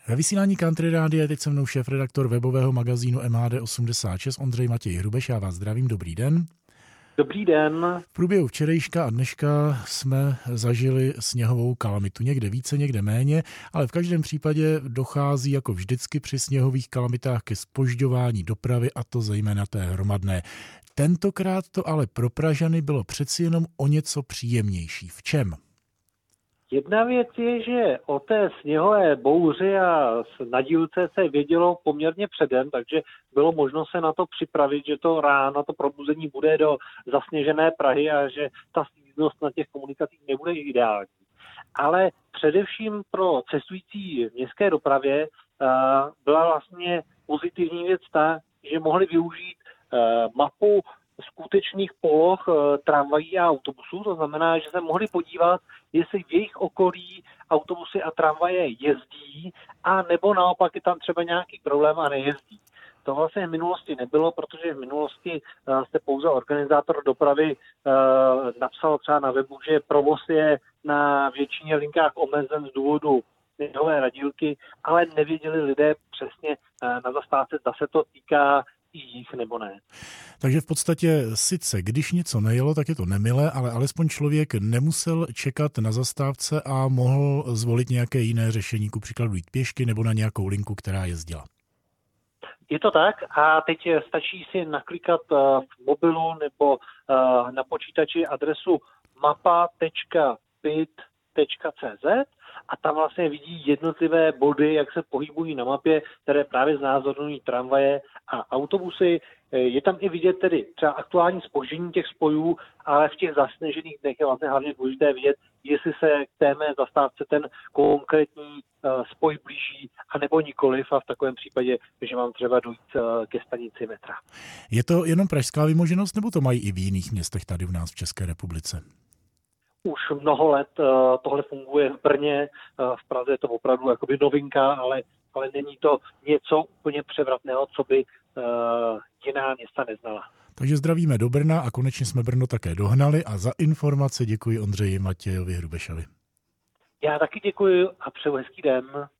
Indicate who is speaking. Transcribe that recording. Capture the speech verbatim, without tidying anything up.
Speaker 1: Ve vysílání Country Rádia je teď se mnou šéfredaktor webového magazínu M H D osmdesát šest Ondřej Matěj Hrubeš. Já vás zdravím, dobrý den.
Speaker 2: Dobrý den.
Speaker 1: V průběhu včerejška a dneška jsme zažili sněhovou kalamitu. Někde více, někde méně, ale v každém případě dochází jako vždycky při sněhových kalamitách ke zpožďování dopravy, a to zejména té hromadné. Tentokrát to ale pro Pražany bylo přeci jenom o něco příjemnější. V čem?
Speaker 2: Jedna věc je, že o té sněhové bouři a nadílce se vědělo poměrně předem, takže bylo možno se na to připravit, že to ráno, to probuzení bude do zasněžené Prahy a že ta stížnost na těch komunikacích nebude ideální. Ale především pro cestující v městské dopravě byla vlastně pozitivní věc ta, že mohli využít mapu skutečných poloh tramvají a autobusů, to znamená, že se mohli podívat, jestli v jejich okolí autobusy a tramvaje jezdí, a nebo naopak je tam třeba nějaký problém a nejezdí. To vlastně v minulosti nebylo, protože v minulosti jste pouze organizátor dopravy napsal třeba na webu, že provoz je na většině linkách omezen z důvodu sněhové radílky, ale nevěděli lidé přesně na zastávce, zda se to týká jich nebo ne.
Speaker 1: Takže v podstatě sice, když něco nejelo, tak je to nemilé, ale alespoň člověk nemusel čekat na zastávce a mohl zvolit nějaké jiné řešení, ku příkladu jít pěšky nebo na nějakou linku, která jezdila.
Speaker 2: Je to tak a teď stačí si naklikat v mobilu nebo na počítači adresu mapa tečka pit tečka cé zet a tam vlastně vidí jednotlivé body, jak se pohybují na mapě, které právě znázorňují tramvaje a autobusy. Je tam i vidět tedy třeba aktuální zpoždění těch spojů, ale v těch zasněžených dnech je vlastně hlavně důležité vidět, jestli se k té mé zastávce ten konkrétní spoj blíží, anebo nikoliv, a v takovém případě, že mám třeba dojít ke stanici metra.
Speaker 1: Je to jenom pražská vymoženost, nebo to mají i v jiných městech tady u nás v České republice?
Speaker 2: Už mnoho let tohle funguje v Brně, v Praze je to opravdu jakoby novinka, ale, ale není to něco úplně převratného, co by uh, jiná města neznala.
Speaker 1: Takže zdravíme do Brna a konečně jsme Brno také dohnali a za informace děkuji Ondřeji Matějovi Hrubešovi.
Speaker 2: Já taky děkuji a přeju hezký den.